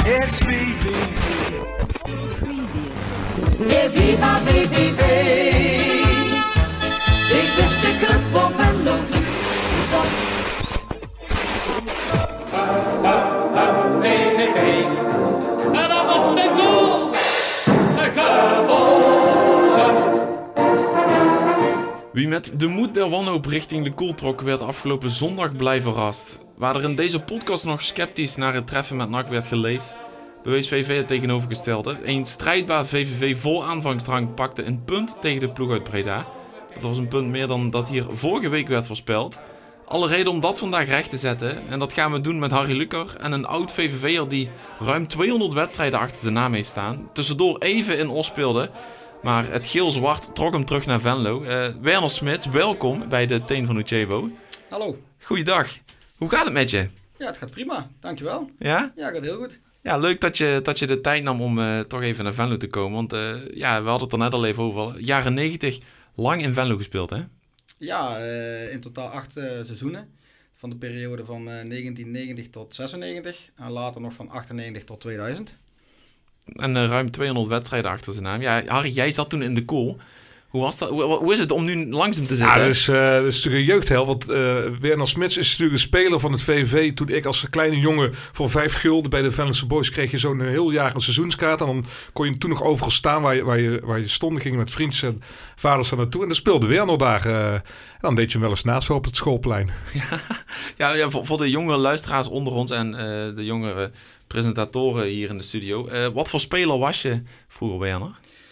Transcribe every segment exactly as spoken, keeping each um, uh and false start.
It's V V V. E viva V V V. Ik wist de club van Venlo. V V V. En dat was de goal. Gewonnen. Wie met de moed der wanhoop richting de koel trok, werd afgelopen zondag blij verrast. Waar er in deze podcast nog sceptisch naar het treffen met N A C werd geleefd, bewees V V V het tegenovergestelde. Een strijdbaar V V V vol aanvangsdrang pakte een punt tegen de ploeg uit Breda. Dat was een punt meer dan dat hier vorige week werd voorspeld. Alle reden om dat vandaag recht te zetten. En dat gaan we doen met Harry Lucker en een oud V V V'er die ruim tweehonderd wedstrijden achter zijn naam heeft staan. Tussendoor even in Os speelde. Maar het geel-zwart trok hem terug naar Venlo. Uh, Werner Smits, welkom bij de Teen van Uchebo. Hallo. Goeiedag. Hoe gaat het met je? Ja, het gaat prima. Dankjewel. Ja? Ja, het gaat heel goed. Ja, leuk dat je, dat je de tijd nam om uh, toch even naar Venlo te komen. Want uh, ja, we hadden het er net al even over. Jaren negentig, lang in Venlo gespeeld, hè? Ja, uh, in totaal acht uh, seizoenen. Van de periode van uh, negentien negentig tot zesennegentig. En later nog van achtennegentig tot tweeduizend. En uh, ruim tweehonderd wedstrijden achter zijn naam. Ja, Harry, jij zat toen in de kool. Hoe was dat? Hoe, hoe is het om nu langs hem te zitten? Ja, dat is, uh, dat is natuurlijk een jeugdheld. Want uh, Werner Smits is natuurlijk een speler van het V V V. Toen ik als kleine jongen voor vijf gulden bij de Venlose Boys kreeg je zo'n heel jaar een seizoenskaart. En dan kon je toen nog overal staan waar je, waar je, waar je stond. Dan ging je met vriendjes en vaders er naartoe. En dan speelde Werner daar. Uh, en dan deed je hem wel eens naast op het schoolplein. Ja, ja, ja voor, voor de jonge luisteraars onder ons en uh, de jongere presentatoren hier in de studio. Uh, wat voor speler was je vroeger, Werner?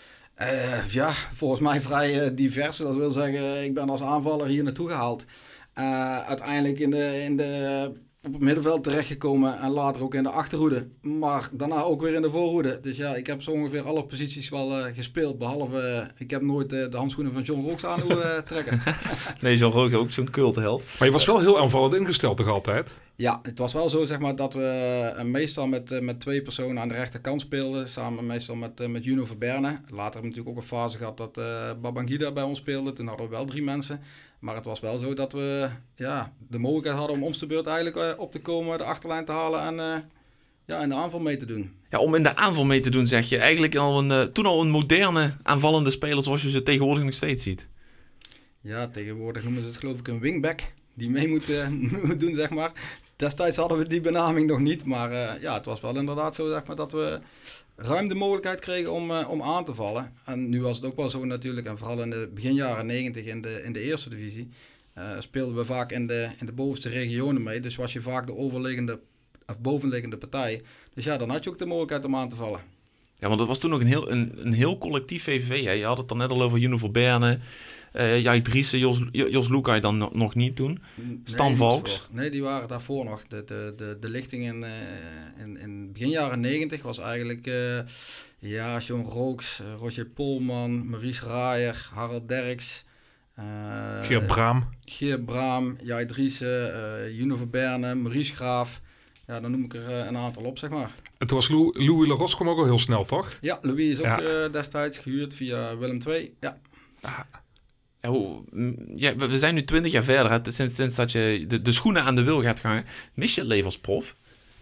Uh, ja, volgens mij vrij uh, divers. Dat wil zeggen, ik ben als aanvaller hier naartoe gehaald. Uh, uiteindelijk in de, in de, op het middenveld terechtgekomen en later ook in de achterhoede. Maar daarna ook weer in de voorhoede. Dus ja, ik heb zo ongeveer alle posities wel uh, gespeeld. Behalve, uh, ik heb nooit uh, de handschoenen van John Rooks aan hoeven uh, trekken. Nee, John Rooks ook zo'n cultheld. Maar je was wel heel aanvallend ingesteld toch altijd? Ja, het was wel zo zeg maar dat we uh, meestal met, uh, met twee personen aan de rechterkant speelden. Samen meestal met, uh, met Juno Verberne. Later hebben we natuurlijk ook een fase gehad dat uh, Babangida bij ons speelde. Toen hadden we wel drie mensen. Maar het was wel zo dat we ja, de mogelijkheid hadden om om de beurt eigenlijk uh, op te komen, de achterlijn te halen en uh, ja, in de aanval mee te doen. Ja, om in de aanval mee te doen zeg je. Eigenlijk al een, uh, toen al een moderne aanvallende speler zoals je ze tegenwoordig nog steeds ziet. Ja, tegenwoordig noemen ze het geloof ik een wingback. Die mee moet, uh, moet doen, zeg maar. Destijds hadden we die benaming nog niet. Maar uh, ja, het was wel inderdaad zo zeg maar, dat we ruim de mogelijkheid kregen om, uh, om aan te vallen. En nu was het ook wel zo natuurlijk. En vooral in de begin jaren negentig in de, in de eerste divisie. Uh, speelden we vaak in de, in de bovenste regionen mee. Dus was je vaak de overliggende, of bovenliggende partij. Dus ja, dan had je ook de mogelijkheid om aan te vallen. Ja, want dat was toen nog een heel, een, een heel collectief V V V. Hè? Je had het dan net al over Juno Verberne. Uh, Jij Driessen, Jos, Jos Lukai dan no, nog niet toen. Stan nee, Valks. Nee, die waren daarvoor nog. De, de, de, de lichting in, uh, in, in begin jaren negentig was eigenlijk uh, ja, John Rooks, uh, Roger Polman, Maurice Raaier, Harald Derks. Uh, Geert Braam. Geert Braam, Jij Driessen, uh, Juno Verberne, Maurice Graaf. Ja, dan noem ik er uh, een aantal op, zeg maar. En toen was Lou, Louis Leros kwam ook al heel snel, toch? Ja, Louis is ook ja. uh, destijds gehuurd via Willem twee. Ja. Ah. Ja, hoe, ja, we zijn nu twintig jaar verder. Hè, sinds, sinds dat je de, de schoenen aan de wil gaat gaan. Mis je het leven als prof?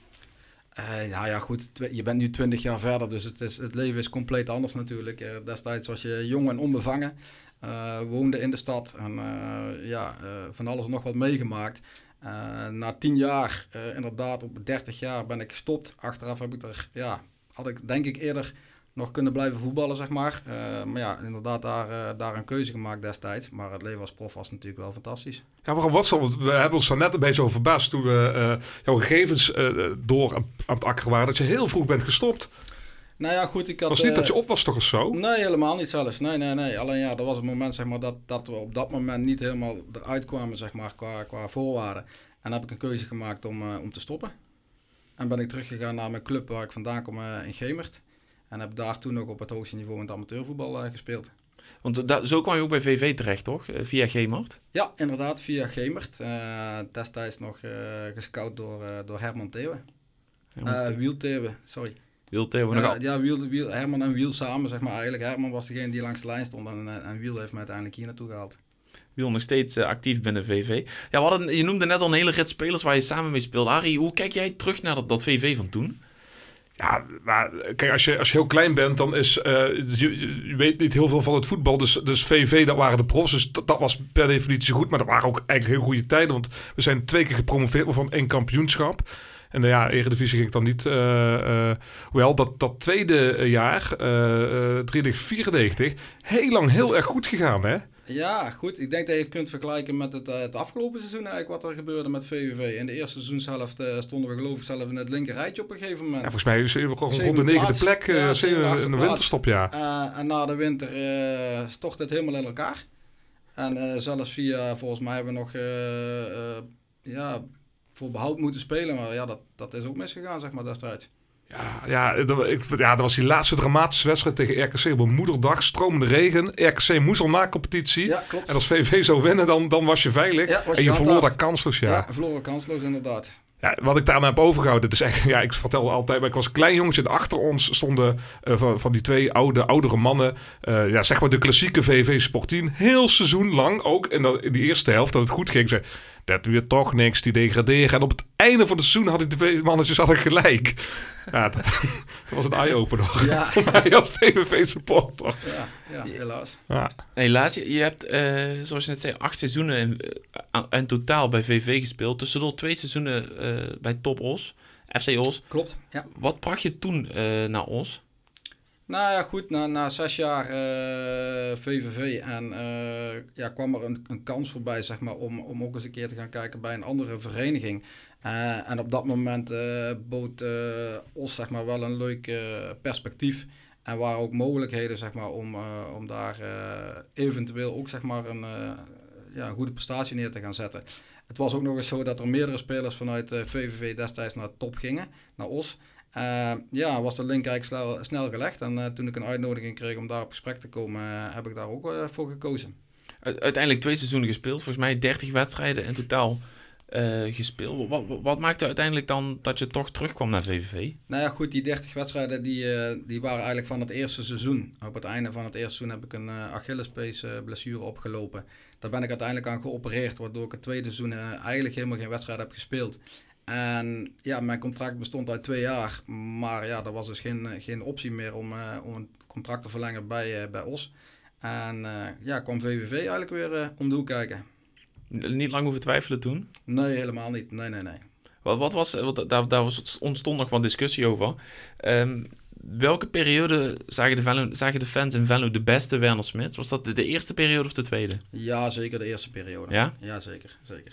Uh, nou ja, goed. Je bent nu twintig jaar verder. Dus het, is, het leven is compleet anders natuurlijk. Uh, destijds was je jong en onbevangen. Uh, woonde in de stad. En uh, ja, uh, van alles nog wat meegemaakt. Uh, na tien jaar, uh, inderdaad op dertig jaar ben ik gestopt. Achteraf heb ik er, ja, had ik denk ik eerder nog kunnen blijven voetballen, zeg maar. Uh, maar ja, inderdaad daar, uh, daar een keuze gemaakt destijds. Maar het leven als prof was natuurlijk wel fantastisch. Ja, waarom was dat? Want we hebben ons daar net een beetje over verbaasd toen we uh, jouw gegevens uh, door aan, aan het akkeren waren. Dat je heel vroeg bent gestopt. Nou ja, goed, ik had... Het was niet uh, dat je op was toch of zo? Nee, helemaal niet zelfs. Nee, nee, nee. Alleen ja, dat was het moment, zeg maar, dat, dat we op dat moment niet helemaal eruit kwamen, zeg maar, qua, qua voorwaarden. En dan heb ik een keuze gemaakt om, uh, om te stoppen. En ben ik teruggegaan naar mijn club waar ik vandaan kom uh, in Gemert. En heb daar toen ook op het hoogste niveau in het amateurvoetbal uh, gespeeld. Want da- zo kwam je ook bij V V terecht, toch? Uh, via Gemert? Ja, inderdaad, via Gemert. Uh, destijds nog uh, gescout door, uh, door Herman Theeuwen. Uh, Wiel Theeuwen, sorry. Wiel Theeuwen nog uh, al. Ja, Wiel, Wiel, Herman en Wiel samen, zeg maar. Eigenlijk Herman was degene die langs de lijn stond en, en Wiel heeft me uiteindelijk hier naartoe gehaald. Wiel nog steeds uh, actief binnen V V. Ja, we hadden, je noemde net al een hele rit spelers waar je samen mee speelde. Arie, hoe kijk jij terug naar dat, dat V V van toen? Ja, maar kijk, als je, als je heel klein bent, dan is... Uh, je, je weet niet heel veel van het voetbal. Dus, dus V V, dat waren de profs. Dus dat, dat was per definitie goed. Maar dat waren ook eigenlijk heel goede tijden. Want we zijn twee keer gepromoveerd, maar van één kampioenschap. En uh, ja, Eredivisie ging ik dan niet. Uh, uh, hoewel, dat, dat tweede jaar, uh, uh, drieënnegentig vierennegentig, heel lang heel erg goed gegaan, hè? Ja, goed. Ik denk dat je het kunt vergelijken met het, uh, het afgelopen seizoen eigenlijk wat er gebeurde met V V V. In de eerste seizoenshelft uh, stonden we geloof ik zelf in het linker rijtje op een gegeven moment. Ja, volgens mij is het rond de negende plek uh, ja, in de winterstop, ja. Uh, en na de winter uh, stort het helemaal in elkaar. En uh, zelfs via, volgens mij hebben we nog uh, uh, ja, voor behoud moeten spelen. Maar ja, dat, dat is ook misgegaan, zeg maar, destijds. Ja, ja, dat, ik, ja, dat was die laatste dramatische wedstrijd tegen R K C op een moederdag. Stromende regen. R K C moest al na competitie. Ja, klopt. En als V V zou winnen, dan, dan was je veilig. Ja, was je en je verloor daar kansloos, ja. Ja, verloren kansloos, inderdaad. Ja, wat ik daarna heb overgehouden, dus echt, ja, ik vertelde altijd, maar ik was een klein jongetje en achter ons stonden uh, van, van die twee oude, oudere mannen, uh, ja, zeg maar de klassieke V V Sportien, heel seizoen lang ook, in, dat, in die eerste helft, dat het goed ging, zei, dat weer toch niks, die degraderen. En op het einde van het seizoen hadden die twee mannetjes hadden gelijk. Ja, dat, dat was een eye-opener. Ja. Voor mij als V V V-supporter. Ja, ja, helaas. Ja. Helaas, je, je hebt, uh, zoals je net zei, acht seizoenen in, uh, in totaal bij V V gespeeld. Tussendoor twee seizoenen uh, bij Top Os, F C Os. Klopt, ja. Wat bracht je toen uh, naar Os? Nou ja, goed, na, na zes jaar uh, V V V en uh, ja, kwam er een, een kans voorbij, zeg maar, om, om ook eens een keer te gaan kijken bij een andere vereniging. Uh, en op dat moment uh, bood uh, Os, zeg maar, wel een leuk uh, perspectief. En waren ook mogelijkheden, zeg maar, om, uh, om daar uh, eventueel ook, zeg maar, een, uh, ja, een goede prestatie neer te gaan zetten. Het was ook nog eens zo dat er meerdere spelers vanuit uh, V V V destijds naar Top gingen, naar Os. Uh, ja, was de link eigenlijk snel, snel gelegd. En uh, toen ik een uitnodiging kreeg om daar op gesprek te komen, uh, heb ik daar ook uh, voor gekozen. Uiteindelijk twee seizoenen gespeeld. Volgens mij dertig wedstrijden in totaal uh, gespeeld. Wat, wat, wat maakte uiteindelijk dan dat je toch terugkwam naar V V V? Nou ja, goed, die dertig wedstrijden die, uh, die waren eigenlijk van het eerste seizoen. Op het einde van het eerste seizoen heb ik een uh, Achillespees uh, blessure opgelopen. Daar ben ik uiteindelijk aan geopereerd, waardoor ik het tweede seizoen uh, eigenlijk helemaal geen wedstrijd heb gespeeld. En ja, mijn contract bestond uit twee jaar, maar ja, er was dus geen, geen optie meer om, uh, om een contract te verlengen bij, uh, bij Os. En uh, ja, kwam V V V eigenlijk weer uh, om de hoek kijken. Niet lang hoeven twijfelen toen? Nee, helemaal niet. Nee, nee, nee. Wat, wat was, wat, daar, daar was, ontstond nog wat discussie over. Um, welke periode zagen de, Venlo, zagen de fans in Venlo de beste Werner Smits? Was dat de, de eerste periode of de tweede? Ja, zeker de eerste periode. Ja? Ja, zeker. zeker.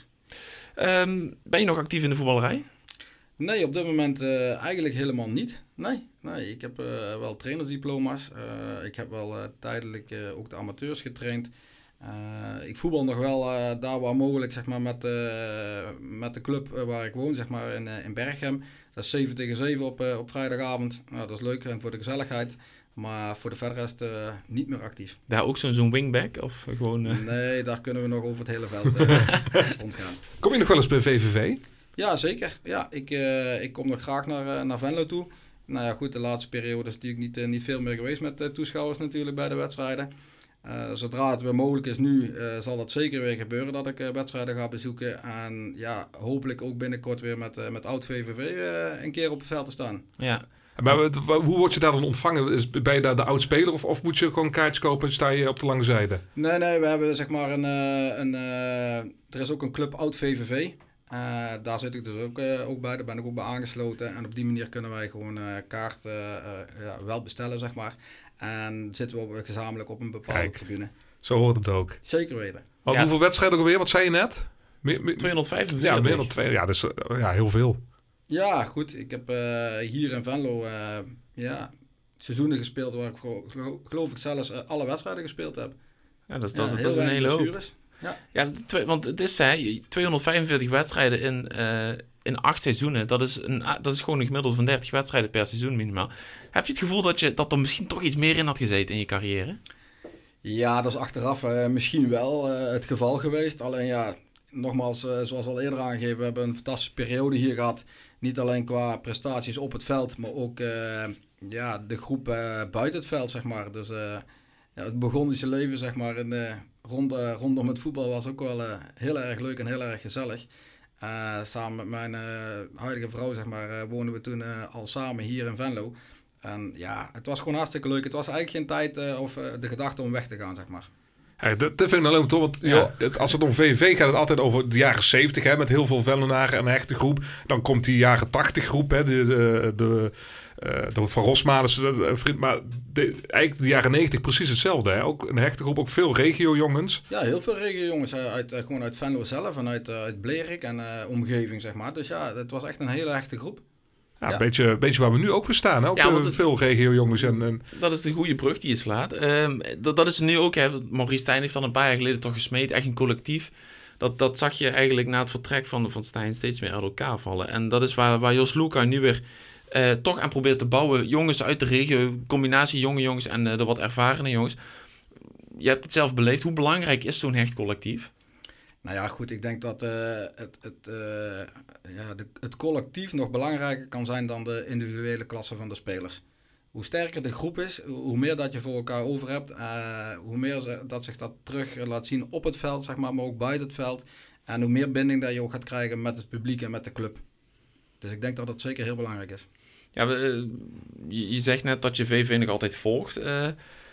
Um, ben je nog actief in de voetballerij? Nee, op dit moment uh, eigenlijk helemaal niet. Nee, nee ik heb uh, wel trainersdiploma's. Uh, ik heb wel uh, tijdelijk uh, ook de amateurs getraind. Uh, ik voetbal nog wel uh, daar waar mogelijk, zeg maar, met, uh, met de club uh, waar ik woon, zeg maar, in, uh, in Berchem. Dat is zeven tegen zeven op, uh, op vrijdagavond. Nou, dat is leuk en voor de gezelligheid. Maar voor de verder rest uh, niet meer actief. Daar ook zo'n zo'n wingback? Of gewoon, uh... Nee, daar kunnen we nog over het hele veld uh, rondgaan. Kom je nog wel eens bij V V V? Ja, zeker. Ja, ik, uh, ik kom nog graag naar, uh, naar Venlo toe. Nou ja, goed, de laatste periode is natuurlijk niet, uh, niet veel meer geweest met uh, toeschouwers natuurlijk bij de wedstrijden. Uh, zodra het weer mogelijk is nu, uh, zal dat zeker weer gebeuren dat ik uh, wedstrijden ga bezoeken. En ja, hopelijk ook binnenkort weer met, uh, met oud V V V uh, een keer op het veld te staan. Ja. Maar hoe word je daar dan ontvangen? Ben je daar de oud-speler of, of moet je gewoon kaartjes kopen en sta je op de lange zijde? Nee, nee, we hebben zeg maar een... Uh, een uh, er is ook een club oud V V V. Uh, daar zit ik dus ook, uh, ook bij, daar ben ik ook bij aangesloten. En op die manier kunnen wij gewoon uh, kaarten uh, uh, ja, wel bestellen, zeg maar. En zitten we op, gezamenlijk op een bepaalde Kijk, tribune. Zo hoort het ook. Zeker weten. Want ja. Hoeveel wedstrijden alweer? Wat zei je net? Me, me, tweehonderdvijfenveertig. Ja, meer dan twee. Ja, dus uh, ja, heel veel. Ja, goed. Ik heb uh, hier in Venlo uh, ja, seizoenen gespeeld waar ik geloof, geloof ik zelfs uh, alle wedstrijden gespeeld heb. Ja, dat is, ja, dat is, dat is een hele hoop. Ja, ja twee, want het is hè, tweehonderdvijfenveertig wedstrijden in, uh, in acht seizoenen. Dat is, een, dat is gewoon een gemiddelde van dertig wedstrijden per seizoen minimaal. Heb je het gevoel dat, je, dat er misschien toch iets meer in had gezeten in je carrière? Ja, dat is achteraf uh, misschien wel uh, het geval geweest. Alleen ja, nogmaals, uh, zoals al eerder aangegeven, we hebben een fantastische periode hier gehad. Niet alleen qua prestaties op het veld, maar ook uh, ja, de groep uh, buiten het veld, zeg maar. Dus uh, ja, het Burgondische leven, zeg maar, in, uh, rond, uh, rondom het voetbal was ook wel uh, heel erg leuk en heel erg gezellig. Uh, samen met mijn uh, huidige vrouw, zeg maar, uh, woonden we toen uh, al samen hier in Venlo. En ja, het was gewoon hartstikke leuk. Het was eigenlijk geen tijd uh, of uh, de gedachte om weg te gaan, zeg maar. Ja, dat, dat vind ik nou leuk, toch? Want ja. joh, het, als het om V V V gaat het altijd over de jaren zeventig, hè, met heel veel Venlonaren en een hechte groep. Dan komt die jaren tachtig groep, hè, de, de, de, uh, de Van Rosmalen, uh, vriend, maar de, eigenlijk de jaren negentig precies hetzelfde. Hè? Ook een hechte groep, ook veel regio-jongens. Ja, heel veel regio-jongens uh, uit, uh, gewoon uit Venlo zelf en uit, uh, uit Blerik en uh, omgeving, zeg maar. Dus ja, het was echt een hele hechte groep. Ja, ja. Een beetje, beetje waar we nu ook weer staan. Hè? Ook ja, het, veel regio-jongens. En, en... Dat is de goede brug die je slaat. Uh, dat, dat is nu ook. Hè. Maurice Stijn heeft dan een paar jaar geleden toch gesmeed. Echt een collectief. Dat, dat zag je eigenlijk na het vertrek van, van Stijn steeds meer uit elkaar vallen. En dat is waar, waar Jos Luca nu weer uh, toch aan probeert te bouwen. Jongens uit de regio. Combinatie jonge jongens en uh, de wat ervarene jongens. Je hebt het zelf beleefd. Hoe belangrijk is zo'n hecht collectief? Nou ja, goed, ik denk dat uh, het, het, uh, ja, de, het collectief nog belangrijker kan zijn dan de individuele klasse van de spelers. Hoe sterker de groep is, hoe meer dat je voor elkaar over hebt, uh, hoe meer ze, dat zich dat terug laat zien op het veld, zeg maar, maar ook buiten het veld. En hoe meer binding dat je ook gaat krijgen met het publiek en met de club. Dus ik denk dat dat zeker heel belangrijk is. Ja, we, je, je zegt net dat je V V nog altijd volgt. Uh,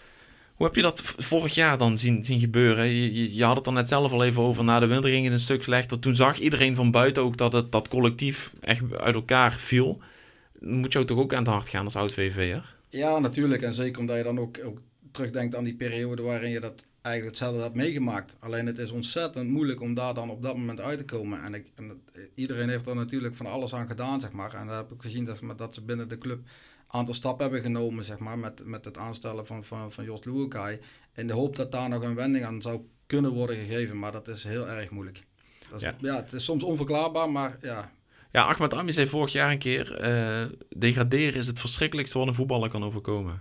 Hoe heb je dat vorig jaar dan zien, zien gebeuren? Je, je, je had het er net zelf al even over. Na de winter ging het een stuk slechter. Toen zag iedereen van buiten ook dat het dat collectief echt uit elkaar viel. Moet jou toch ook aan het hart gaan als oud-V V'er? Ja, natuurlijk. En zeker omdat je dan ook, ook terugdenkt aan die periode waarin je dat eigenlijk hetzelfde had meegemaakt. Alleen het is ontzettend moeilijk om daar dan op dat moment uit te komen. En, ik, en het, iedereen heeft er natuurlijk van alles aan gedaan, zeg maar. En daar heb ik gezien dat, dat ze binnen de club aantal stappen hebben genomen, zeg maar, met, met het aanstellen van, van, van Jos Luukai. In de hoop dat daar nog een wending aan zou kunnen worden gegeven, maar dat is heel erg moeilijk. Dat is, ja. ja, het is soms onverklaarbaar, maar ja. Ja, Ahmed Ami zei vorig jaar een keer, uh, degraderen is het verschrikkelijkste wat een voetballer kan overkomen.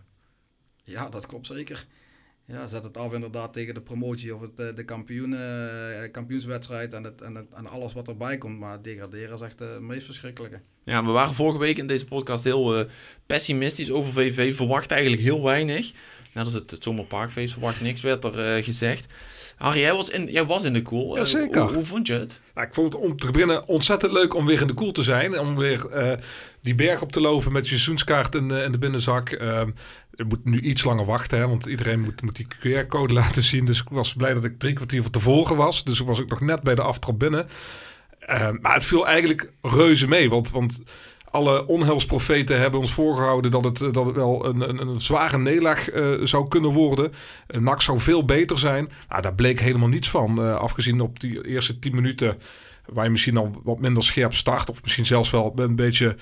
Ja, dat klopt zeker. Ja, zet het af inderdaad tegen de promotie of het, de kampioen, uh, kampioenswedstrijd en, het, en, het, en alles wat erbij komt. Maar degraderen is echt het meest verschrikkelijke. Ja, we waren vorige week in deze podcast heel uh, pessimistisch over V V. Verwacht eigenlijk heel weinig. Net als het, het Zomerparkfeest, verwacht niks, werd er uh, gezegd. Harry, jij was in, jij was in de Koel. Ja, zeker. Uh, hoe, hoe vond je het? Nou, ik vond het om te beginnen ontzettend leuk om weer in de Koel te zijn. Om weer uh, die berg op te lopen met je seizoenskaart in, uh, in de binnenzak. Uh, je moet nu iets langer wachten, hè, want iedereen moet, moet die Q R-code laten zien. Dus ik was blij dat ik drie kwartier van tevoren was. Dus was ik nog net bij de aftrap binnen. Uh, maar het viel eigenlijk reuze mee, want... want alle onheilsprofeten hebben ons voorgehouden dat het, dat het wel een, een, een zware nederlaag uh, zou kunnen worden. Uh, N A C zou veel beter zijn. Nou, daar bleek helemaal niets van. Uh, afgezien op die eerste tien minuten waar je misschien al wat minder scherp start. Of misschien zelfs wel een beetje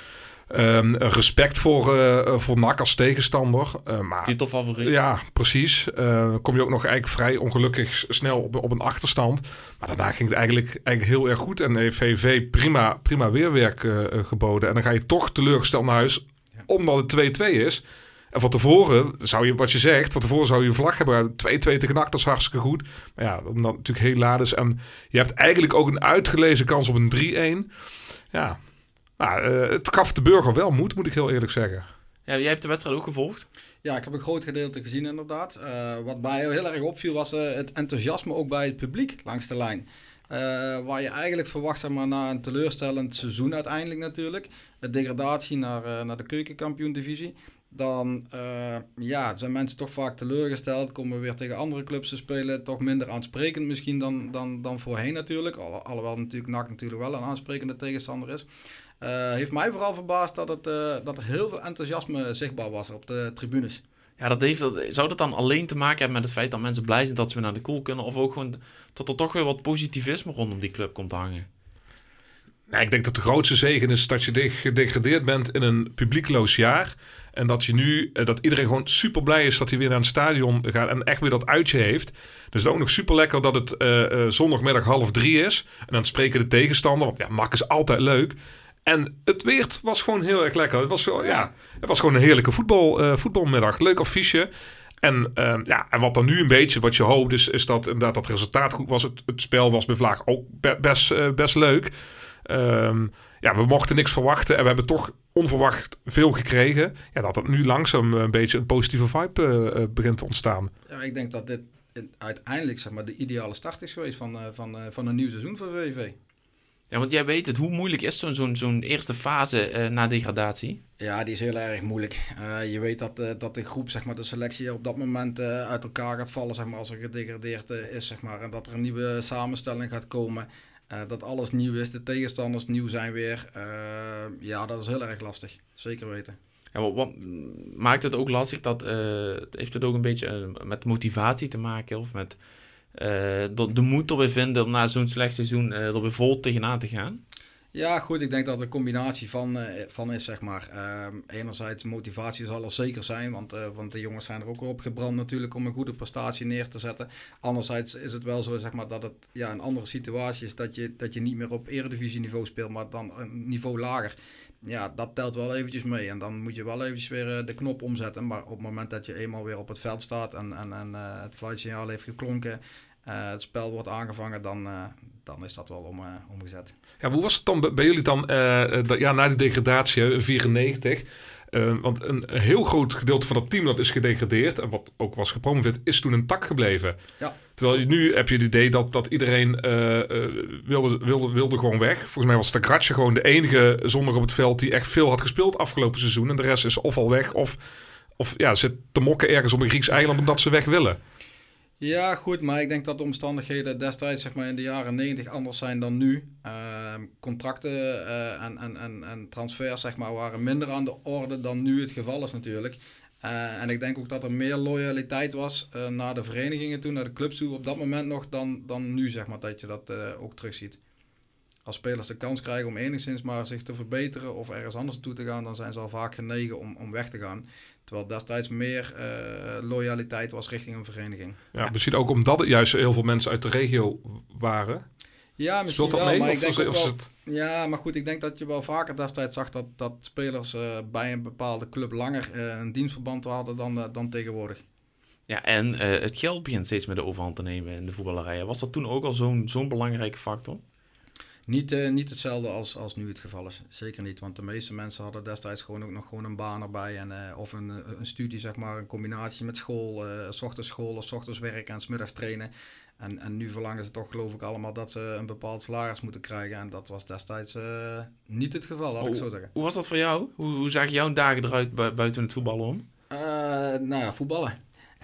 um, respect voor, uh, voor N A C als tegenstander. Uh, maar, Titelfavoriet. Ja, precies. Uh, kom je ook nog eigenlijk vrij ongelukkig snel op, op een achterstand. Maar daarna ging het eigenlijk, eigenlijk heel erg goed. En heeft V V prima, prima weerwerk uh, geboden. En dan ga je toch teleurgesteld naar huis, ja. Omdat het twee-twee is. En van tevoren zou je, wat je zegt, van tevoren zou je een vlag hebben. twee-twee tegen N A C, dat is hartstikke goed. Maar ja, omdat het natuurlijk heel laat is. En je hebt eigenlijk ook een uitgelezen kans op een drie-een. Ja, nou, uh, het gaf de burger wel moed, moet ik heel eerlijk zeggen. Ja, jij hebt de wedstrijd ook gevolgd? Ja, ik heb een groot gedeelte gezien inderdaad. Uh, wat mij heel erg opviel was uh, het enthousiasme ook bij het publiek langs de lijn. Uh, waar je eigenlijk verwacht, zeg maar, na een teleurstellend seizoen uiteindelijk natuurlijk. De degradatie naar, uh, naar de keukenkampioen-divisie. Dan uh, ja, zijn mensen toch vaak teleurgesteld. Komen weer tegen andere clubs te spelen. Toch minder aansprekend misschien dan, dan, dan voorheen natuurlijk. Al, alhoewel natuurlijk N A C natuurlijk wel een aansprekende tegenstander is. Uh, heeft mij vooral verbaasd dat, het, uh, dat er heel veel enthousiasme zichtbaar was op de tribunes. Ja, dat heeft, dat, zou dat dan alleen te maken hebben met het feit dat mensen blij zijn dat ze weer naar de Koel kunnen? Of ook gewoon dat er toch weer wat positivisme rondom die club komt hangen? Nou, ik denk dat de grootste zegen is dat je gedegradeerd bent in een publiekloos jaar. En dat je nu, dat iedereen gewoon super blij is dat hij weer naar het stadion gaat en echt weer dat uitje heeft. Dus het is ook nog super lekker dat het uh, uh, zondagmiddag half drie is. En dan spreken de tegenstander, want ja, N A C is altijd leuk. En het weer was gewoon heel erg lekker. Het was, ja, het was gewoon een heerlijke voetbal, uh, voetbalmiddag. Leuk affiche. En, uh, ja, en wat dan nu een beetje, wat je hoopt, is, is dat inderdaad dat resultaat goed was. Het, het spel was bij Vlaag ook be- best, uh, best leuk. Um, ja, we mochten niks verwachten en we hebben toch onverwacht veel gekregen. Ja, dat het nu langzaam een beetje een positieve vibe uh, uh, begint te ontstaan. Ja, ik denk dat dit uiteindelijk, zeg maar, de ideale start is geweest van, uh, van, uh, van een nieuw seizoen voor V V V. Ja, want jij weet het. Hoe moeilijk is zo'n, zo'n, zo'n eerste fase uh, na degradatie? Ja, die is heel erg moeilijk. Uh, je weet dat, uh, dat de groep, zeg maar, de selectie op dat moment uh, uit elkaar gaat vallen, zeg maar, als er gedegradeerd uh, is, zeg maar. En dat er een nieuwe samenstelling gaat komen. Uh, dat alles nieuw is, de tegenstanders nieuw zijn weer. Uh, ja, dat is heel erg lastig. Zeker weten. Ja, wat, wat maakt het ook lastig? Dat, uh, heeft het ook een beetje uh, met motivatie te maken? Of met uh, de, de moed erbij vinden om na zo'n slecht seizoen uh, er weer vol tegenaan te gaan? Ja, goed. Ik denk dat het een combinatie van, uh, van is, zeg maar. Uh, enerzijds motivatie zal er zeker zijn, want, uh, want de jongens zijn er ook op gebrand natuurlijk om een goede prestatie neer te zetten. Anderzijds is het wel zo, zeg maar, dat het ja, een andere situatie is, dat je, dat je niet meer op eredivisieniveau speelt, maar dan een niveau lager. Ja, dat telt wel eventjes mee en dan moet je wel eventjes weer uh, de knop omzetten. Maar op het moment dat je eenmaal weer op het veld staat en, en, en uh, het fluitsignaal heeft geklonken, Uh, het spel wordt aangevangen, dan, uh, dan is dat wel om, uh, omgezet. Ja, hoe was het dan bij, bij jullie dan, uh, dat, ja, na die degradatie, vierennegentig? Uh, want een heel groot gedeelte van dat team dat is gedegradeerd, en wat ook was gepromoveerd, is toen een tak gebleven. Ja. Terwijl nu heb je het idee dat, dat iedereen uh, uh, wilde, wilde, wilde gewoon weg. Volgens mij was de Gratje gewoon de enige zondag op het veld die echt veel had gespeeld afgelopen seizoen. En de rest is of al weg, of, of ja, zit te mokken ergens op een Grieks eiland omdat ze weg willen. Ja, goed, maar ik denk dat de omstandigheden destijds, zeg maar, in de jaren negentig anders zijn dan nu. Uh, contracten uh, en, en, en, en transfers, zeg maar, waren minder aan de orde dan nu het geval is natuurlijk. Uh, en ik denk ook dat er meer loyaliteit was uh, naar de verenigingen toe, naar de clubs toe op dat moment nog dan, dan nu, zeg maar, dat je dat uh, ook terugziet. Als spelers de kans krijgen om enigszins maar zich te verbeteren of ergens anders naartoe te gaan, dan zijn ze al vaak genegen om, om weg te gaan. Terwijl destijds meer uh, loyaliteit was richting een vereniging. Ja, ja, misschien ook omdat er juist heel veel mensen uit de regio waren. Ja, misschien dat wel, mee, maar ik of denk was, ook was wel, het... ja, maar goed, ik denk dat je wel vaker destijds zag dat, dat spelers uh, bij een bepaalde club langer uh, een dienstverband hadden dan, uh, dan tegenwoordig. Ja, en uh, het geld begint steeds meer de overhand te nemen in de voetballerij. Was dat toen ook al zo'n, zo'n belangrijke factor? Niet, uh, niet hetzelfde als, als nu het geval is. Zeker niet, want de meeste mensen hadden destijds gewoon ook nog gewoon een baan erbij. En, uh, of een, een studie, zeg maar, een combinatie met school. Uh, 's ochtends school, 's ochtends werken en 's middags trainen. En, en nu verlangen ze toch, geloof ik, allemaal dat ze een bepaald salaris moeten krijgen. En dat was destijds uh, niet het geval, laat oh, ik zo zeggen. Hoe was dat voor jou? Hoe, hoe zagen jouw dagen eruit bu- buiten het voetballen om? Uh, nou ja, voetballen.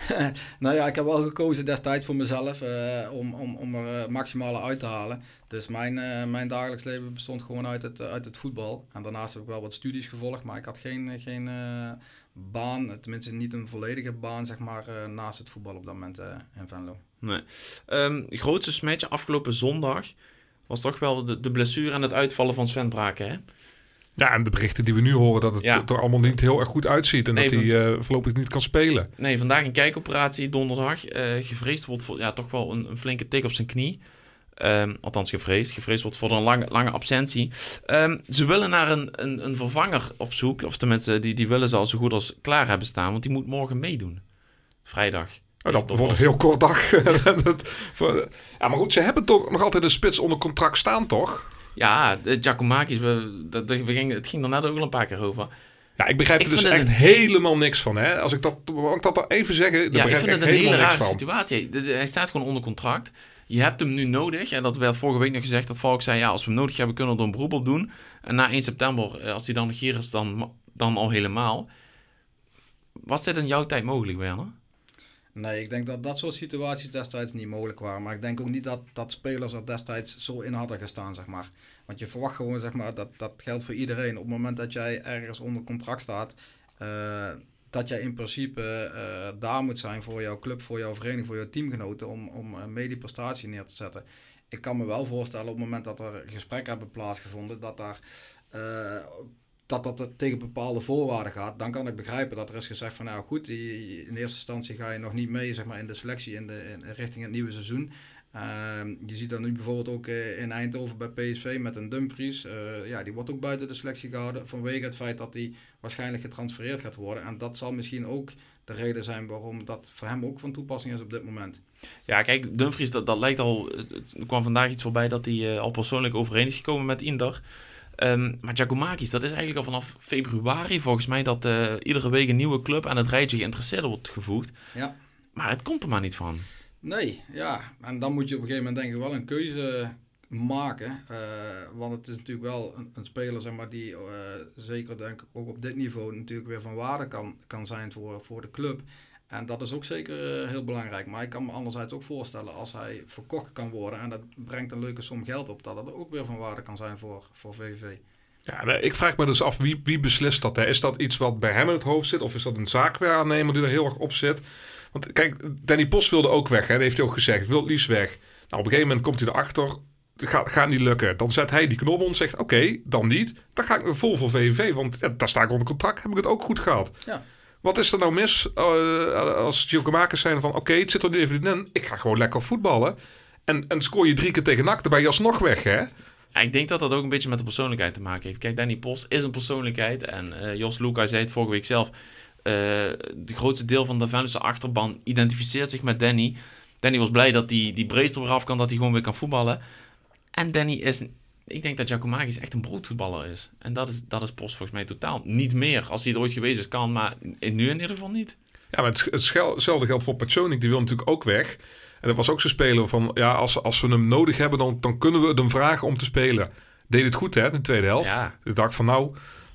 Nou ja, ik heb wel gekozen destijds voor mezelf uh, om, om, om er uh, maximale uit te halen. Dus mijn, uh, mijn dagelijks leven bestond gewoon uit het, uh, uit het voetbal. En daarnaast heb ik wel wat studies gevolgd, maar ik had geen, geen uh, baan, tenminste niet een volledige baan, zeg maar, uh, naast het voetbal op dat moment uh, in Venlo. Nee. Um, het grootste smetje afgelopen zondag was toch wel de, de blessure en het uitvallen van Sven Braken, hè? Ja, en de berichten die we nu horen, dat het ja. er allemaal niet heel erg goed uitziet. En nee, dat hij uh, voorlopig niet kan spelen. Nee, vandaag een kijkoperatie, donderdag. Uh, gevreesd wordt voor ja, toch wel een, een flinke tik op zijn knie. Um, althans gevreesd. Gevreesd wordt voor een lange, lange absentie. Um, ze willen naar een, een, een vervanger op zoek. Of tenminste, die, die willen ze al zo goed als klaar hebben staan. Want die moet morgen meedoen. Vrijdag. Oh, dat, dat wordt een heel kort dag. Ja, maar goed, ze hebben toch nog altijd een spits onder contract staan, toch? Ja, de Giacomakis, we, de, de, we gingen, het ging er net ook al een paar keer over. Ja, ik begrijp ik er dus echt een... helemaal niks van. Hè? Als ik dat, mag ik dat dan even zeggen, ja, begrijp ik vind ik het een hele rare van. situatie. De, de, hij staat gewoon onder contract. Je hebt hem nu nodig. En dat werd vorige week nog gezegd dat Valk zei, ja, als we hem nodig hebben, kunnen we er een beroep op doen. En na één september, als hij dan nog hier is, dan, dan al helemaal. Was dit in jouw tijd mogelijk, Werner? Nee, ik denk dat dat soort situaties destijds niet mogelijk waren. Maar ik denk ook niet dat, dat spelers er destijds zo in hadden gestaan, zeg maar. Want je verwacht gewoon, zeg maar, dat, dat geldt voor iedereen. Op het moment dat jij ergens onder contract staat, uh, dat jij in principe uh, daar moet zijn voor jouw club, voor jouw vereniging, voor jouw teamgenoten, om, om een medieprestatie neer te zetten. Ik kan me wel voorstellen op het moment dat er gesprekken hebben plaatsgevonden, dat daar... Uh, dat dat tegen bepaalde voorwaarden gaat, dan kan ik begrijpen dat er is gezegd van, nou goed, die, in eerste instantie ga je nog niet mee, zeg maar, in de selectie in de, in, richting het nieuwe seizoen. Uh, je ziet dat nu bijvoorbeeld ook uh, in Eindhoven bij P S V met een Dumfries. Uh, ja, die wordt ook buiten de selectie gehouden vanwege het feit dat hij waarschijnlijk getransfereerd gaat worden. En dat zal misschien ook de reden zijn waarom dat voor hem ook van toepassing is op dit moment. Ja, kijk, Dumfries, dat, dat lijkt al... Er kwam vandaag iets voorbij dat hij uh, al persoonlijk overeen is gekomen met Inder. Um, maar Giacomakis, dat is eigenlijk al vanaf februari volgens mij dat uh, iedere week een nieuwe club aan het rijtje geïnteresseerd wordt gevoegd. Ja. Maar het komt er maar niet van. Nee, ja. En dan moet je op een gegeven moment denk ik wel een keuze maken. Uh, want het is natuurlijk wel een, een speler zeg maar, die uh, zeker denk ik ook op dit niveau natuurlijk weer van waarde kan, kan zijn voor, voor de club. En dat is ook zeker uh, heel belangrijk. Maar ik kan me anderzijds ook voorstellen als hij verkocht kan worden en dat brengt een leuke som geld op, dat het ook weer van waarde kan zijn voor, voor V V V. Ja, ik vraag me dus af, wie, wie beslist dat? Hè? Is dat iets wat bij hem in het hoofd zit? Of is dat een zaakwaarnemer die er heel erg op zit? Want kijk, Danny Post wilde ook weg. Hè? Dat heeft hij ook gezegd. Wil het liefst weg. Nou, op een gegeven moment komt hij erachter. Gaat, gaat niet lukken. Dan zet hij die knop om en zegt, oké, okay, dan niet. Dan ga ik weer vol voor V V V. Want ja, daar sta ik onder contract. Heb ik het ook goed gehad. Ja. Wat is er nou mis uh, als Giacomakis zijn van... oké, okay, het zit er nu even in. Ik ga gewoon lekker voetballen. En, en scoor je drie keer tegen N A C, dan ben je alsnog weg, hè? Ja, ik denk dat dat ook een beetje met de persoonlijkheid te maken heeft. Kijk, Danny Post is een persoonlijkheid. En uh, Jos Luca zei het vorige week zelf. Uh, de grootste deel van de Venlose achterban identificeert zich met Danny. Danny was blij dat die, die brace er weer af kan, dat hij gewoon weer kan voetballen. En Danny is... Ik denk dat Giacomakis echt een broodvoetballer is. En dat is, dat is Post volgens mij totaal niet meer. Als hij er ooit geweest is, kan, maar nu in ieder geval niet. Ja, maar het, hetzelfde geldt voor Pacionik. Die wil natuurlijk ook weg. En dat was ook zo'n speler van... ja, als, als we hem nodig hebben, dan, dan kunnen we hem vragen om te spelen. Deed het goed, hè, in de tweede helft. Ja. Ik dacht van nou...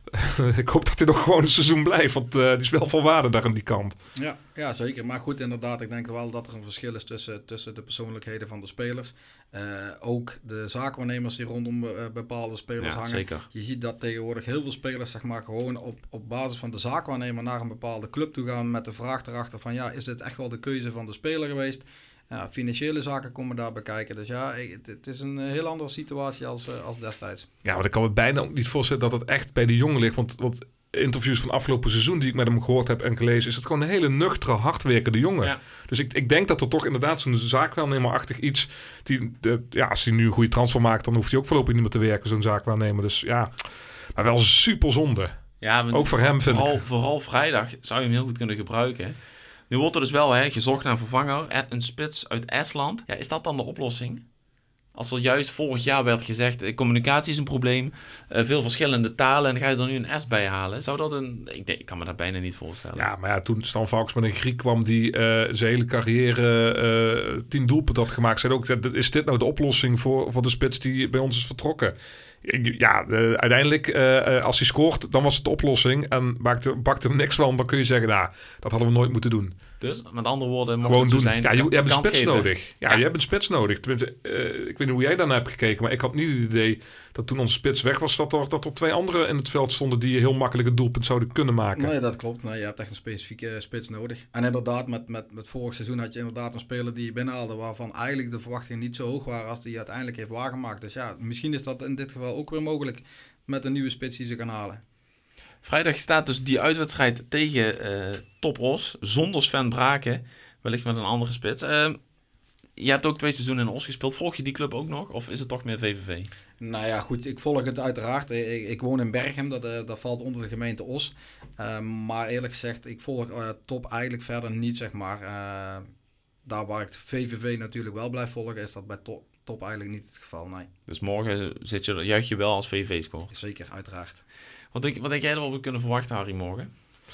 ik hoop dat hij nog gewoon een seizoen blijft. Want uh, die is wel van waarde daar aan die kant. Ja, ja, zeker. Maar goed, inderdaad. Ik denk wel dat er een verschil is tussen, tussen de persoonlijkheden van de spelers. Uh, ook de zaakwaarnemers die rondom uh, bepaalde spelers ja, hangen. Zeker. Je ziet dat tegenwoordig heel veel spelers zeg maar, gewoon op, op basis van de zaakwaarnemer naar een bepaalde club toe gaan. Met de vraag erachter van ja, is dit echt wel de keuze van de speler geweest? Ja, financiële zaken komen daarbij kijken. Dus ja, het, het is een heel andere situatie als, uh, als destijds. Ja, maar ik kan me bijna ook niet voorstellen dat het echt bij de jongen ligt. Want, want interviews van afgelopen seizoen die ik met hem gehoord heb en gelezen... is het gewoon een hele nuchtere, hardwerkende jongen. Ja. Dus ik, ik denk dat er toch inderdaad zo'n zaakwaarnemer-achtig iets... Die, de, ja, als hij nu een goede transfer maakt, dan hoeft hij ook voorlopig niet meer te werken, zo'n zaakwaarnemer. Dus ja, maar wel super zonde. Ja, ook voor hem vind vooral, ik. Vooral vrijdag zou je hem heel goed kunnen gebruiken. Nu wordt er dus wel hè, gezocht naar een vervanger. Een spits uit Estland. Ja, is dat dan de oplossing? Als er juist vorig jaar werd gezegd... communicatie is een probleem. Uh, veel verschillende talen. En dan ga je er nu een Est bij halen. Zou dat een... Ik, denk, ik kan me dat bijna niet voorstellen. Ja, maar ja, toen Stan Valks met een Griek kwam... die uh, zijn hele carrière uh, tien doelpunten had gemaakt... zei ook, is dit nou de oplossing voor, voor de spits die bij ons is vertrokken? Ja, uh, uiteindelijk, uh, als hij scoort, dan was het de oplossing. En bakte, bakte er niks van, dan kun je zeggen... nou, dat hadden we nooit moeten doen. Dus, met andere woorden, gewoon het zo doen. Zijn, ja, je, je hebt een spits geven. nodig. Ja, ja, je hebt een spits nodig. Tenminste, uh, ik weet niet hoe jij daarna hebt gekeken... maar ik had niet het idee dat toen onze spits weg was... dat er, dat er twee anderen in het veld stonden... die heel makkelijk het doelpunt zouden kunnen maken. Nee, dat klopt. Nee, je hebt echt een specifieke uh, spits nodig. En inderdaad, met, met, met vorig seizoen had je inderdaad een speler die je binnenhaalde... waarvan eigenlijk de verwachtingen niet zo hoog waren... als die uiteindelijk heeft waargemaakt. Dus ja, misschien is dat in dit geval ook weer mogelijk... met een nieuwe spits die ze gaan halen. Vrijdag staat dus die uitwedstrijd tegen uh, Top Os. Zonder Sven Braken. Wellicht met een andere spits. Uh, je hebt ook twee seizoenen in Os gespeeld. Volg je die club ook nog? Of is het toch meer V V V? Nou ja, goed. Ik volg het uiteraard. Ik, ik woon in Berchem. Dat, uh, dat valt onder de gemeente Os. Uh, maar eerlijk gezegd, ik volg uh, Top eigenlijk verder niet, zeg maar. Uh, daar waar ik V V V natuurlijk wel blijf volgen, is dat bij Top, top eigenlijk niet het geval, nee. Dus morgen zit je, juich je wel als V V V scoort? Zeker, uiteraard. Wat denk, wat denk jij dat we kunnen verwachten, Harry, morgen?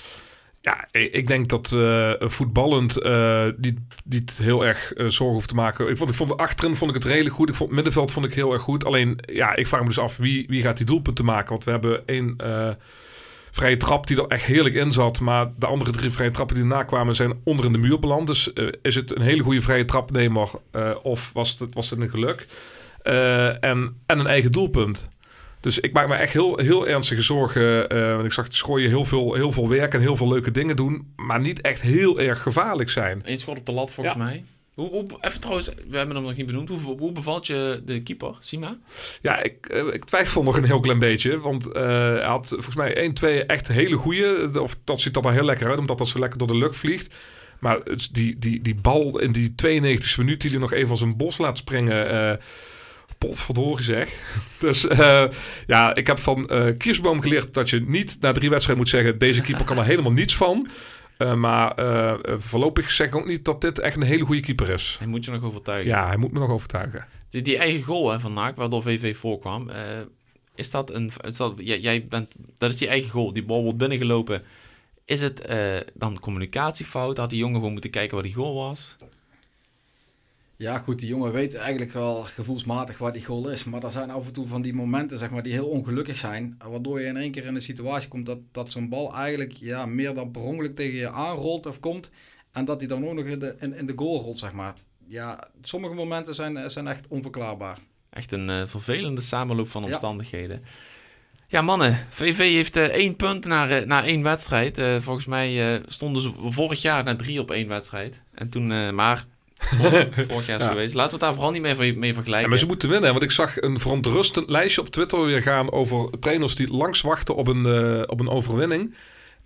Ja, ik denk dat uh, voetballend uh, niet, niet heel erg uh, zorgen hoeft te maken. Ik vond, ik vond achterin vond ik het redelijk goed. Ik vond het middenveld vond ik heel erg goed. Alleen, ja, ik vraag me dus af wie, wie gaat die doelpunten maken. Want we hebben één uh, vrije trap die er echt heerlijk in zat. Maar de andere drie vrije trappen die erna kwamen zijn onder in de muur beland. Dus uh, is het een hele goede vrije trapnemer uh, of was het, was het een geluk? Uh, en, en een eigen doelpunt. Dus ik maak me echt heel, heel ernstige zorgen. Uh, want ik zag de schooien heel veel, heel veel werk en heel veel leuke dingen doen. Maar niet echt heel erg gevaarlijk zijn. Eén schot op de lat volgens ja. mij. Hoe, hoe, even trouwens, we hebben hem nog niet benoemd. Hoe, hoe bevalt je de keeper, Sima? Ja, ik, uh, ik twijfel nog een heel klein beetje. Want uh, hij had volgens mij één, twee echt hele goede. Of dat ziet er dan heel lekker uit, omdat dat zo lekker door de lucht vliegt. Maar die, die, die bal in die tweeënnegentigste minuut die hij nog even als een bos laat springen... Uh, potverdorie zeg. Dus uh, ja, ik heb van uh, Kirsboom geleerd dat je niet na drie wedstrijden moet zeggen... deze keeper kan er helemaal niets van. Uh, maar uh, voorlopig zeg ik ook niet dat dit echt een hele goede keeper is. Hij moet je nog overtuigen. Ja, hij moet me nog overtuigen. Die, die eigen goal hè, van N A C, waardoor V V voorkwam... Uh, is dat een... Is dat, jij, jij bent, dat is die eigen goal. Die bal wordt binnengelopen. Is het uh, dan communicatiefout? Had die jongen gewoon moeten kijken waar die goal was? Ja, goed, die jongen weet eigenlijk wel gevoelsmatig waar die goal is. Maar er zijn af en toe van die momenten, zeg maar, die heel ongelukkig zijn. Waardoor je in één keer in een situatie komt dat, dat zo'n bal eigenlijk ja, meer dan per ongeluk tegen je aanrolt of komt. En dat hij dan ook nog in de, in, in de goal rolt, zeg maar. Ja, sommige momenten zijn, zijn echt onverklaarbaar. Echt een uh, vervelende samenloop van omstandigheden. Ja, ja mannen, V V heeft uh, één punt na, uh, na één wedstrijd. Uh, volgens mij uh, stonden ze vorig jaar na drie op één wedstrijd. En toen, uh, maar... vorig jaar is ja. geweest. Laten we het daar vooral niet mee, mee vergelijken. Ja, maar ze moeten winnen, want ik zag een verontrustend lijstje op Twitter weer gaan over trainers die langs wachten op een, uh, op een overwinning.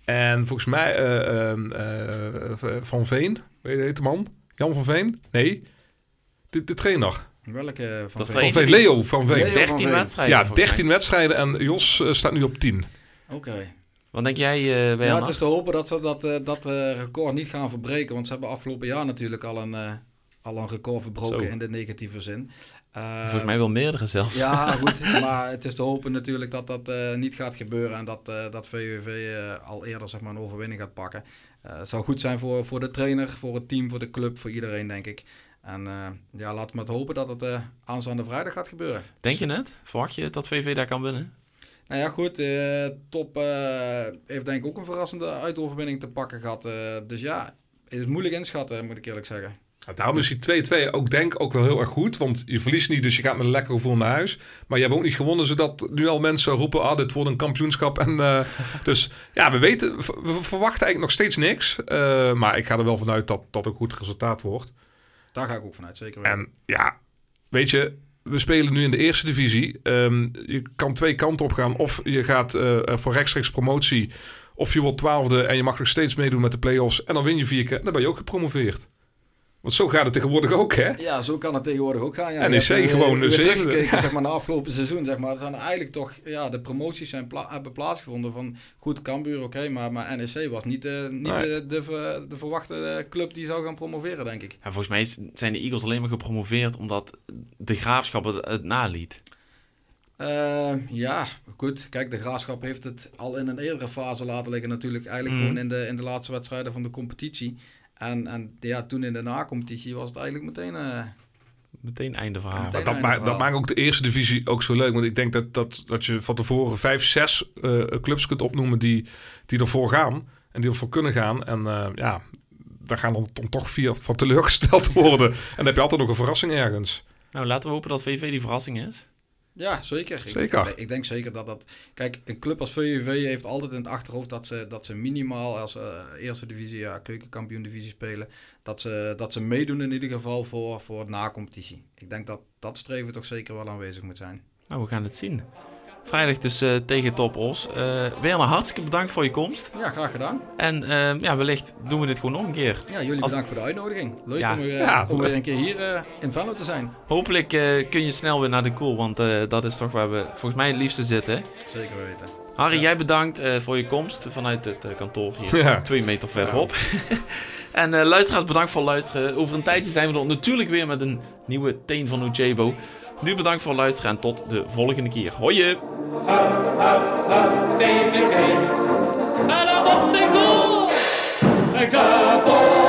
En volgens mij uh, uh, uh, Van Veen, weet je de man? Jan van Veen? Nee, de, de trainer. Welke Van dat Veen? Van Veen? Leo Van Veen. Leo dertien wedstrijden. Ja, dertien wedstrijden en Jos uh, staat nu op tien. Oké. Okay. Wat denk jij, uh, Bernard? Ja, het is te hopen dat ze dat, uh, dat uh, record niet gaan verbreken. Want ze hebben afgelopen jaar natuurlijk al een, uh, al een record verbroken Zo. in de negatieve zin. Uh, Volgens mij wel meerdere zelfs. Ja, goed. Maar het is te hopen natuurlijk dat dat uh, niet gaat gebeuren. En dat, uh, dat V V V uh, al eerder zeg maar, een overwinning gaat pakken. Uh, het zou goed zijn voor, voor de trainer, voor het team, voor de club, voor iedereen denk ik. En uh, ja, laten we het hopen dat het uh, aanstaande vrijdag gaat gebeuren. Denk je het? Verwacht je dat V V daar kan winnen? Nou ja, goed. Uh, Top uh, heeft denk ik ook een verrassende uitoverwinning te pakken gehad. Uh, dus ja, het is moeilijk inschatten, moet ik eerlijk zeggen. Ja, daarom is die twee-twee ook denk ik ook wel heel erg goed. Want je verliest niet, dus je gaat met een lekker gevoel naar huis. Maar je hebt ook niet gewonnen, zodat nu al mensen roepen... ah, dit wordt een kampioenschap. En, uh, dus ja, we weten, we verwachten eigenlijk nog steeds niks. Uh, maar ik ga er wel vanuit dat dat een goed resultaat wordt. Daar ga ik ook vanuit, zeker weten. En ja, weet je... We spelen nu in de eerste divisie. Um, je kan twee kanten op gaan. Of je gaat uh, voor rechtstreeks promotie. Of je wordt twaalfde en je mag nog steeds meedoen met de play-offs. En dan win je vier keer en dan ben je ook gepromoveerd. Want zo gaat het tegenwoordig ook, hè? Ja, zo kan het tegenwoordig ook gaan. Ja. N E C gewoon de zevende. Teruggekeken, zeg maar, naar afgelopen seizoen, zeg maar. Er zijn eigenlijk toch, ja, de promoties zijn pla- hebben plaatsgevonden van goed Cambuur, oké, okay, maar, maar N E C was niet, uh, niet nee. de, de, de verwachte club die zou gaan promoveren, denk ik. Ja, volgens mij zijn de Eagles alleen maar gepromoveerd omdat de Graafschap het, het naliet. Uh, ja, goed. Kijk, de Graafschap heeft het al in een eerdere fase laten liggen natuurlijk. Eigenlijk mm. gewoon in de, in de laatste wedstrijden van de competitie. En, en ja, toen in de na-competitie was het eigenlijk meteen... Uh, meteen einde verhaal. Meteen maar dat, einde ma- verhaal. dat maakt ook de eerste divisie ook zo leuk. Want ik denk dat, dat, dat je van tevoren vijf, zes uh, clubs kunt opnoemen die, die ervoor gaan. En die ervoor kunnen gaan. En uh, ja, daar gaan dan, dan toch vier van teleurgesteld worden. En dan heb je altijd nog een verrassing ergens. Nou, laten we hopen dat V V die verrassing is. Ja, zeker. zeker. Ik, ik denk zeker dat dat... Kijk, een club als V V V heeft altijd in het achterhoofd dat ze, dat ze minimaal als uh, eerste divisie, ja, keukenkampioen divisie spelen, dat ze, dat ze meedoen in ieder geval voor, voor de na-competitie. Ik denk dat dat streven toch zeker wel aanwezig moet zijn. Nou, we gaan het zien. Vrijdag dus uh, tegen Top Os. Uh, Werner, hartstikke bedankt voor je komst. Ja, graag gedaan. En uh, ja, wellicht doen we dit gewoon nog een keer. Ja, jullie Als... bedankt voor de uitnodiging. Leuk ja, om, weer, ja, om weer een keer hier uh, in Venlo te zijn. Hopelijk uh, kun je snel weer naar de Koel, want uh, dat is toch waar we volgens mij het liefste zitten. Zeker weten. Harry, ja. jij bedankt uh, voor je komst vanuit het uh, kantoor hier, ja. twee meter verderop. Ja. En uh, luisteraars, bedankt voor het luisteren. Over een tijdje zijn we er natuurlijk weer met een nieuwe Teen van Ojebo. Nu bedankt voor het luisteren en tot de volgende keer. Hoi! V V V. En dan nog de goal! Gabon!